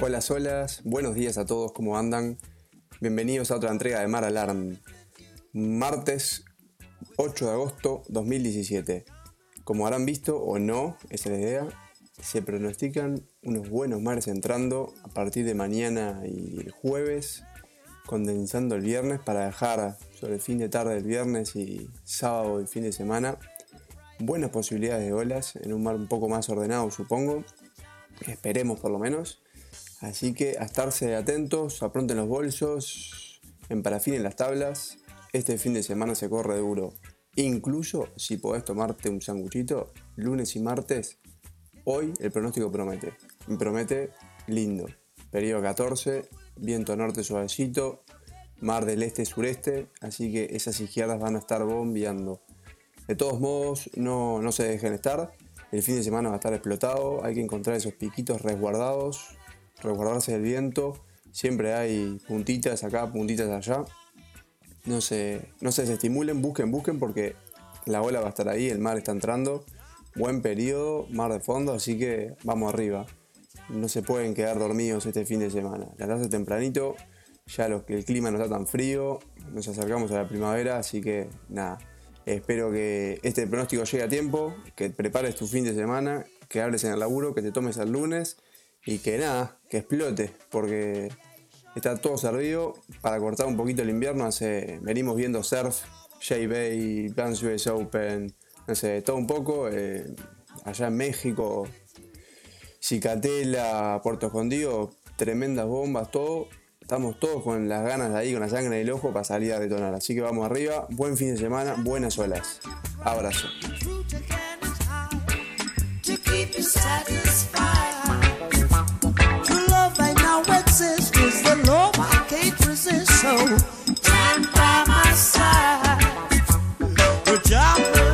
Hola solas, buenos días a todos, ¿cómo andan? Bienvenidos a otra entrega de Mar Alarm. Martes 8 de agosto 2017. Como habrán visto o no, esa es la idea, se pronostican unos buenos mares entrando a partir de mañana y el jueves, condensando el viernes para dejar sobre el fin de tarde del viernes y sábado y fin de semana buenas posibilidades de olas en un mar un poco más ordenado, supongo. Esperemos por lo menos. Así que a estarse atentos, apronten los bolsos, emparafinen las tablas. Este fin de semana se corre duro. Incluso si podés tomarte un sanguchito, lunes y martes, hoy el pronóstico promete. Promete lindo. Periodo 14, viento norte suavecito, mar del este-sureste, así que esas izquierdas van a estar bombeando. De todos modos, no se dejen estar. El fin de semana va a estar explotado, hay que encontrar esos piquitos resguardarse del viento. Siempre hay puntitas acá, puntitas allá. No se desestimulen, busquen porque la ola va a estar ahí, el mar está entrando. Buen periodo, mar de fondo, así que vamos arriba. No se pueden quedar dormidos este fin de semana. Levantarse tempranito, ya el clima no está tan frío, nos acercamos a la primavera, así que nada. Espero que este pronóstico llegue a tiempo, que prepares tu fin de semana, que hables en el laburo, que te tomes el lunes y que nada, que explote, porque está todo servido para cortar un poquito el invierno. Venimos viendo surf, J-Bay, Vans US Open, no sé, todo un poco, allá en México, Cicatela, Puerto Escondido, tremendas bombas, todo. Estamos todos con las ganas de ahí, con la sangre en el ojo para salir a detonar. Así que vamos arriba, buen fin de semana, buenas olas. Abrazo. Stand by my side.